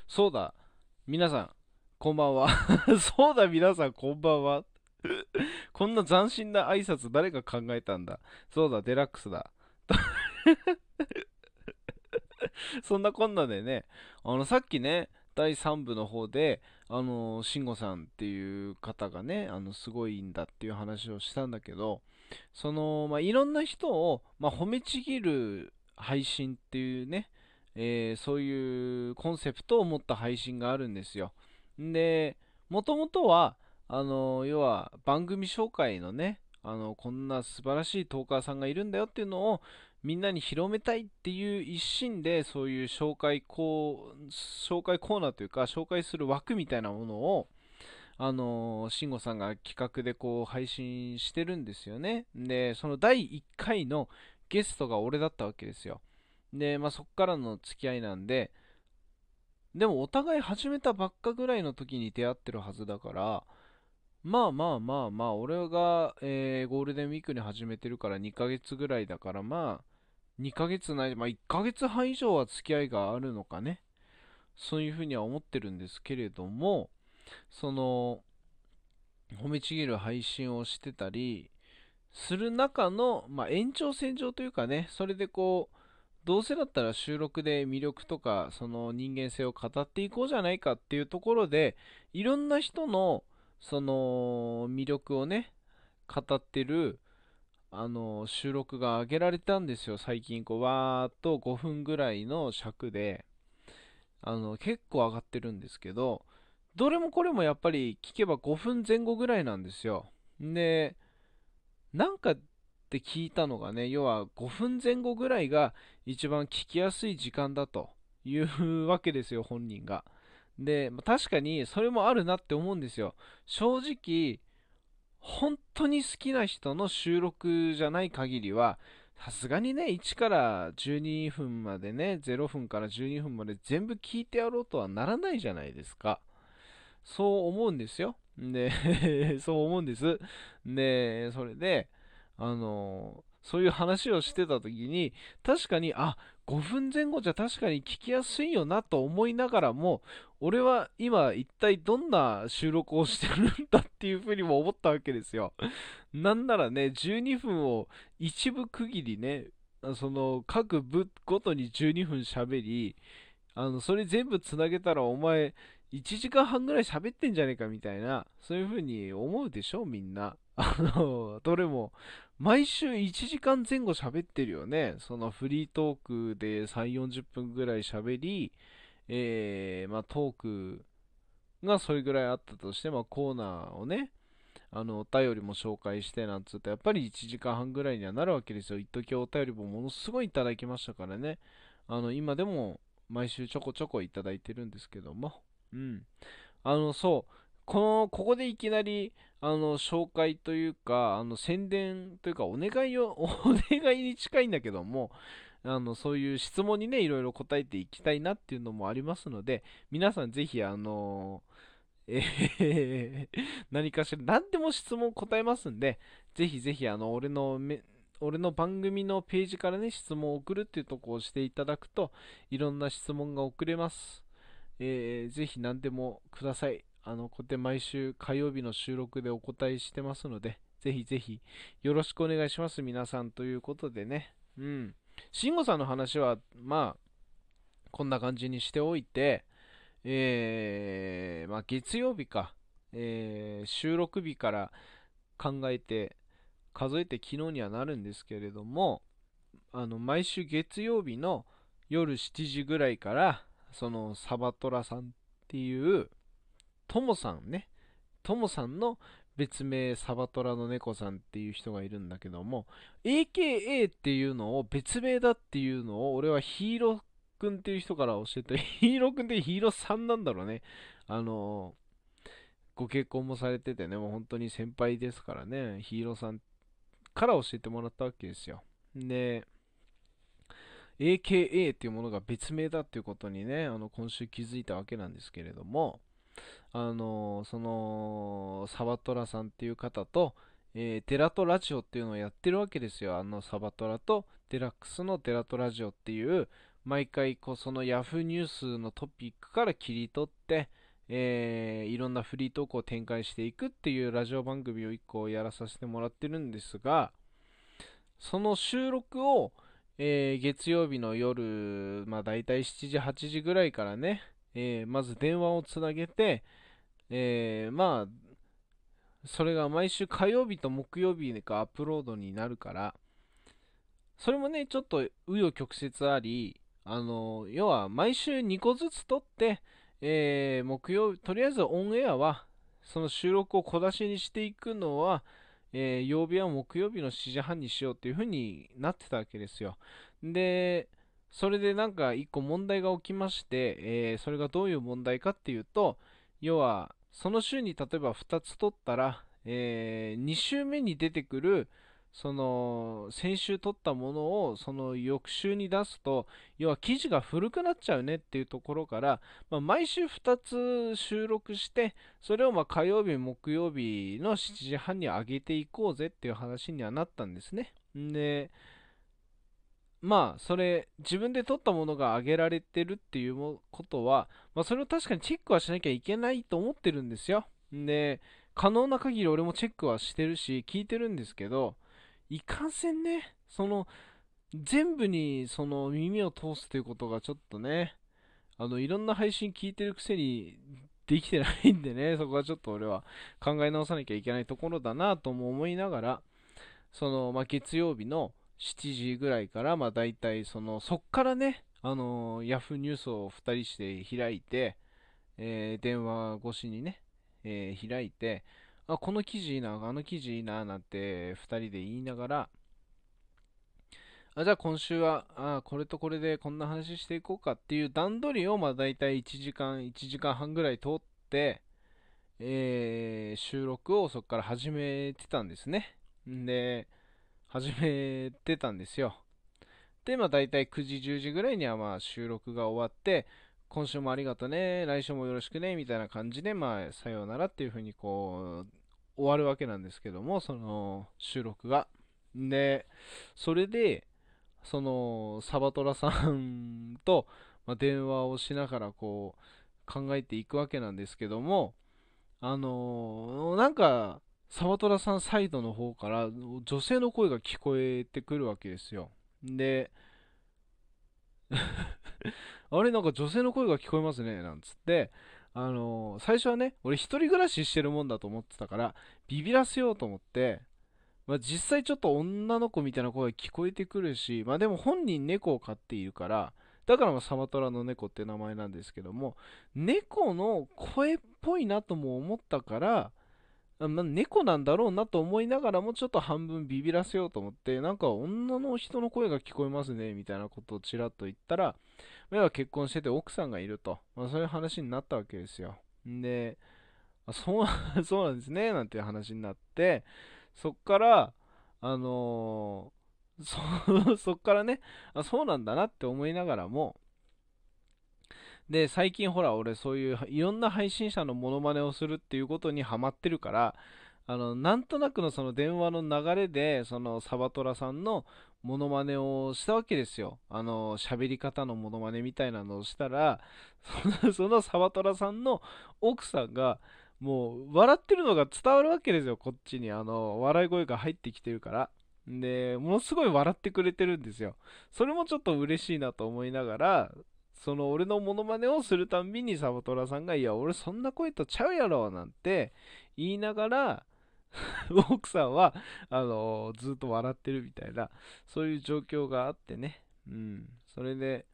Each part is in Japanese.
そうだ、皆さん、こんばんは。そうだ、皆さん、こんばんは。こんな斬新な挨拶誰が考えたんだ。そうだ、デラックスだ。そんなこんなでね、さっきね、第3部の方で、慎吾さんっていう方がね、すごいんだっていう話をしたんだけど、いろんな人を、褒めちぎる配信っていうね、そういうコンセプトを持った配信があるんですよ。で、もともとは、要は番組紹介のね、こんな素晴らしいトーカーさんがいるんだよっていうのをみんなに広めたいっていう一心で、そういう紹介コーナーというか、紹介する枠みたいなものを、慎吾さんが企画でこう配信してるんですよね。で、その第1回のゲストが俺だったわけですよ。で、そっからの付き合いなんで、でもお互い始めたばっかぐらいの時に出会ってるはずだから、俺が、ゴールデンウィークに始めてるから2ヶ月ぐらいだから、2ヶ月ない、1ヶ月半以上は付き合いがあるのかね。そういうふうには思ってるんですけれども、その、褒めちぎる配信をしてたりする中の、延長線上というかね、それでこう、どうせだったら収録で魅力とか、その人間性を語っていこうじゃないかっていうところで、いろんな人の、その魅力をね、語ってる、収録が上げられたんですよ。最近、こう、わーっと5分ぐらいの尺で、結構上がってるんですけど、どれもこれもやっぱり聞けば5分前後ぐらいなんですよ。で、なんかって聞いたのがね、要は5分前後ぐらいが一番聞きやすい時間だというわけですよ、本人が。で、確かにそれもあるなって思うんですよ。正直、本当に好きな人の収録じゃない限りは、さすがにね、1から12分までね、0分から12分まで全部聞いてやろうとはならないじゃないですか。そう思うんですよ。で、そう思うんです。で、それで、そういう話をしてた時に、確かに、5分前後じゃ確かに聞きやすいよなと思いながらも、俺は今一体どんな収録をしてるんだっていうふうにも思ったわけですよ。なんならね、12分を一部区切りね、その各部ごとに12分喋り、それ全部つなげたらお前1時間半ぐらい喋ってんじゃねえかみたいな、そういう風に思うでしょ、みんな。どれも、毎週1時間前後喋ってるよね。そのフリートークで3、40分ぐらい喋り、トークがそれぐらいあったとして、コーナーをね、お便りも紹介してなんつうと、やっぱり1時間半ぐらいにはなるわけですよ。一時お便りもものすごいいただきましたからね。今でも毎週ちょこちょこいただいてるんですけども。うん。そう。ここでいきなり、紹介というか、宣伝というか、お願いを、お願いに近いんだけども、そういう質問にね、いろいろ答えていきたいなっていうのもありますので、皆さんぜひ、何かしら、何でも質問答えますんで、ぜひぜひ、俺の番組のページからね、質問を送るっていうところを押していただくと、いろんな質問が送れます。ぜひ何でもください。こうやって毎週火曜日の収録でお答えしてますので、ぜひぜひよろしくお願いします、皆さん。ということでね。うん。慎吾さんの話は、こんな感じにしておいて、月曜日か、収録日から考えて、数えて昨日にはなるんですけれども、毎週月曜日の夜7時ぐらいから、そのサバトラさんっていう、トモさんね、トモさんの別名サバトラの猫さんっていう人がいるんだけども、AKA っていうのを別名だっていうのを俺はヒーローくんっていう人から教えて、ヒーローくんってヒーローさんなんだろうね。あのご結婚もされててね、もう本当に先輩ですからね、ヒーローさんから教えてもらったわけですよ。で、AKA っていうものが別名だっていうことにね、今週気づいたわけなんですけれども、サバトラさんっていう方と、デラトラジオっていうのをやってるわけですよ。サバトラとデラックスのデラトラジオっていう毎回こうそのヤフーニュースのトピックから切り取って、いろんなフリートークを展開していくっていうラジオ番組を1個やらさせてもらってるんですが、その収録を、月曜日の夜、まあ大体7時、8時ぐらいからね、まず電話をつなげて、まあ、それが毎週火曜日と木曜日がアップロードになるから、それもね、ちょっと紆余曲折あり、要は毎週2個ずつ撮って、木曜日、とりあえずオンエアは、その収録を小出しにしていくのは、曜日は木曜日の7時半にしようっていう風になってたわけですよ。で、それでなんか一個問題が起きまして、それがどういう問題かっていうと、要は、その週に例えば2つ撮ったら、2週目に出てくる、その先週撮ったものをその翌週に出すと、要は記事が古くなっちゃうねっていうところから、毎週2つ収録して、それを火曜日木曜日の7時半に上げていこうぜっていう話にはなったんですね。で、それ自分で撮ったものが上げられてるっていうことは、それを確かにチェックはしなきゃいけないと思ってるんですよ。で、可能な限り俺もチェックはしてるし聞いてるんですけど、いかんせんね、全部に耳を通すということがちょっとね、いろんな配信聞いてるくせにできてないんでね、そこはちょっと俺は考え直さなきゃいけないところだなとも思いながら、月曜日の7時ぐらいから、だいたいそっからね、ヤフーニュースを2人して開いて、電話越しにね、開いて、あ、この記事いいな、あの記事いいな、なんて2人で言いながら、じゃあ今週は、これとこれでこんな話していこうかっていう段取りを、だいたい1時間、1時間半ぐらい通って、収録をそこから始めてたんですね。で、始めてたんですよ。で、だいたい9時、10時ぐらいには収録が終わって、今週もありがとね、来週もよろしくね、みたいな感じで、さようならっていう風に終わるわけなんですけども、その収録が。で、それで、サバトラさんと、電話をしながら考えていくわけなんですけども、なんか、サバトラさんサイドの方から女性の声が聞こえてくるわけですよ。で、あれなんか女性の声が聞こえますね、なんつって、最初はね、俺一人暮らししてるもんだと思ってたから、ビビらせようと思って、実際ちょっと女の子みたいな声が聞こえてくるし、でも本人猫を飼っているから、だからサマトラの猫って名前なんですけども、猫の声っぽいなとも思ったから、猫なんだろうなと思いながらもちょっと半分ビビらせようと思って、なんか女の人の声が聞こえますねみたいなことをちらっと言ったら、親は結婚してて奥さんがいると、そういう話になったわけですよ。で、そうなんですねなんていう話になって、そっから、あのそっからね、そうなんだなって思いながらも、で、最近ほら、俺そういういろんな配信者のモノマネをするっていうことにハマってるから、なんとなくのその電話の流れで、そのサバトラさんのモノマネをしたわけですよ。喋り方のモノマネみたいなのをしたら、そのサバトラさんの奥さんが、もう笑ってるのが伝わるわけですよ、こっちに。笑い声が入ってきてるから。で、ものすごい笑ってくれてるんですよ。それもちょっと嬉しいなと思いながら、その俺のモノマネをするたんびにサバトラさんが、いや、俺そんな声とちゃうやろなんて言いながら、奥さんは、ずっと笑ってるみたいな、そういう状況があってね。うん。それで、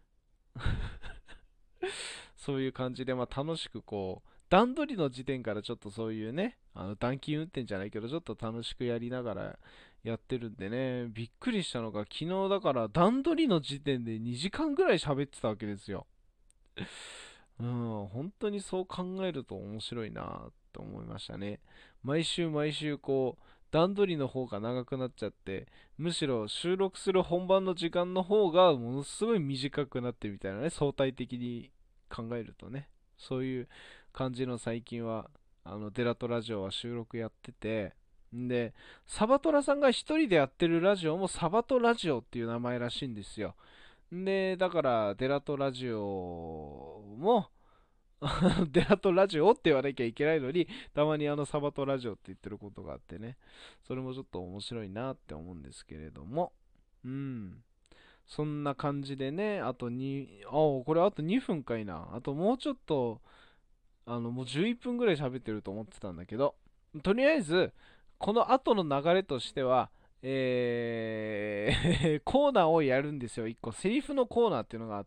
そういう感じで、楽しく段取りの時点からちょっとそういうね、暖気運転じゃないけど、ちょっと楽しくやりながらやってるんでね、びっくりしたのが、昨日だから段取りの時点で2時間ぐらい喋ってたわけですよ。うん、本当にそう考えると面白いなと思いましたね。毎週毎週段取りの方が長くなっちゃって、むしろ収録する本番の時間の方がものすごい短くなってみたいなね、相対的に考えるとね、そういう感じの最近は、デラトラジオは収録やってて、で、サバトラさんが一人でやってるラジオもサバトラジオっていう名前らしいんですよ。 で、だから、デラトラジオも、デラトラジオって言わなきゃいけないのに、たまにサバトラジオって言ってることがあってね、それもちょっと面白いなって思うんですけれども、うん。そんな感じでね、あとこれあと2分かいな。あともうちょっと、もう11分ぐらい喋ってると思ってたんだけど、とりあえず、この後の流れとしては、コーナーをやるんですよ。1個、セリフのコーナーっていうのがあって、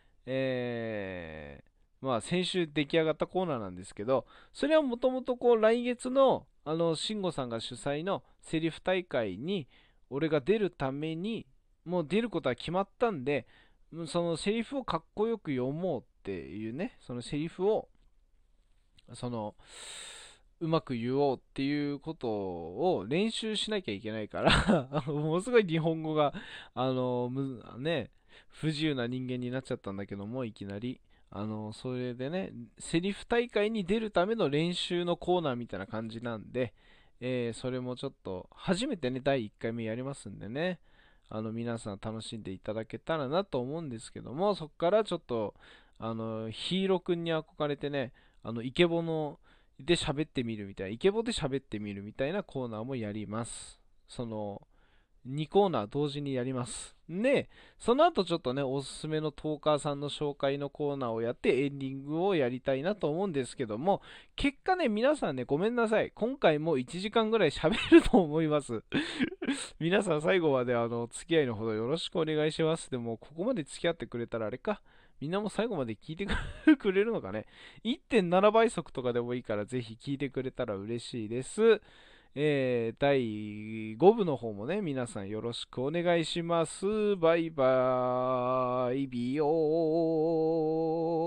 まあ、先週出来上がったコーナーなんですけど、それはもともとこう、来月の、慎吾さんが主催のセリフ大会に、俺が出るために、もう出ることは決まったんで、そのセリフをかっこよく読もうっていうね、そのセリフを、その、うまく言おうっていうことを練習しなきゃいけないからものすごい日本語が、不自由な人間になっちゃったんだけども、いきなり。それでね、セリフ大会に出るための練習のコーナーみたいな感じなんで、それもちょっと、初めてね、第1回目やりますんでね、皆さん楽しんでいただけたらなと思うんですけども、そこからちょっと、ヒーローくんに憧れてね、イケボの、で喋ってみるみたいな、イケボで喋ってみるみたいなコーナーもやります。その、2コーナー同時にやります。で、その後ちょっとね、おすすめのトーカーさんの紹介のコーナーをやってエンディングをやりたいなと思うんですけども、結果ね、皆さんね、ごめんなさい。今回も1時間ぐらい喋ると思います。皆さん最後まで付き合いのほどよろしくお願いします。でも、ここまで付き合ってくれたらあれか。みんなも最後まで聞いてくれるのかね。1.7 倍速とかでもいいからぜひ聞いてくれたら嬉しいです。第5部の方もね、皆さんよろしくお願いします。バイバーイ、ビヨー。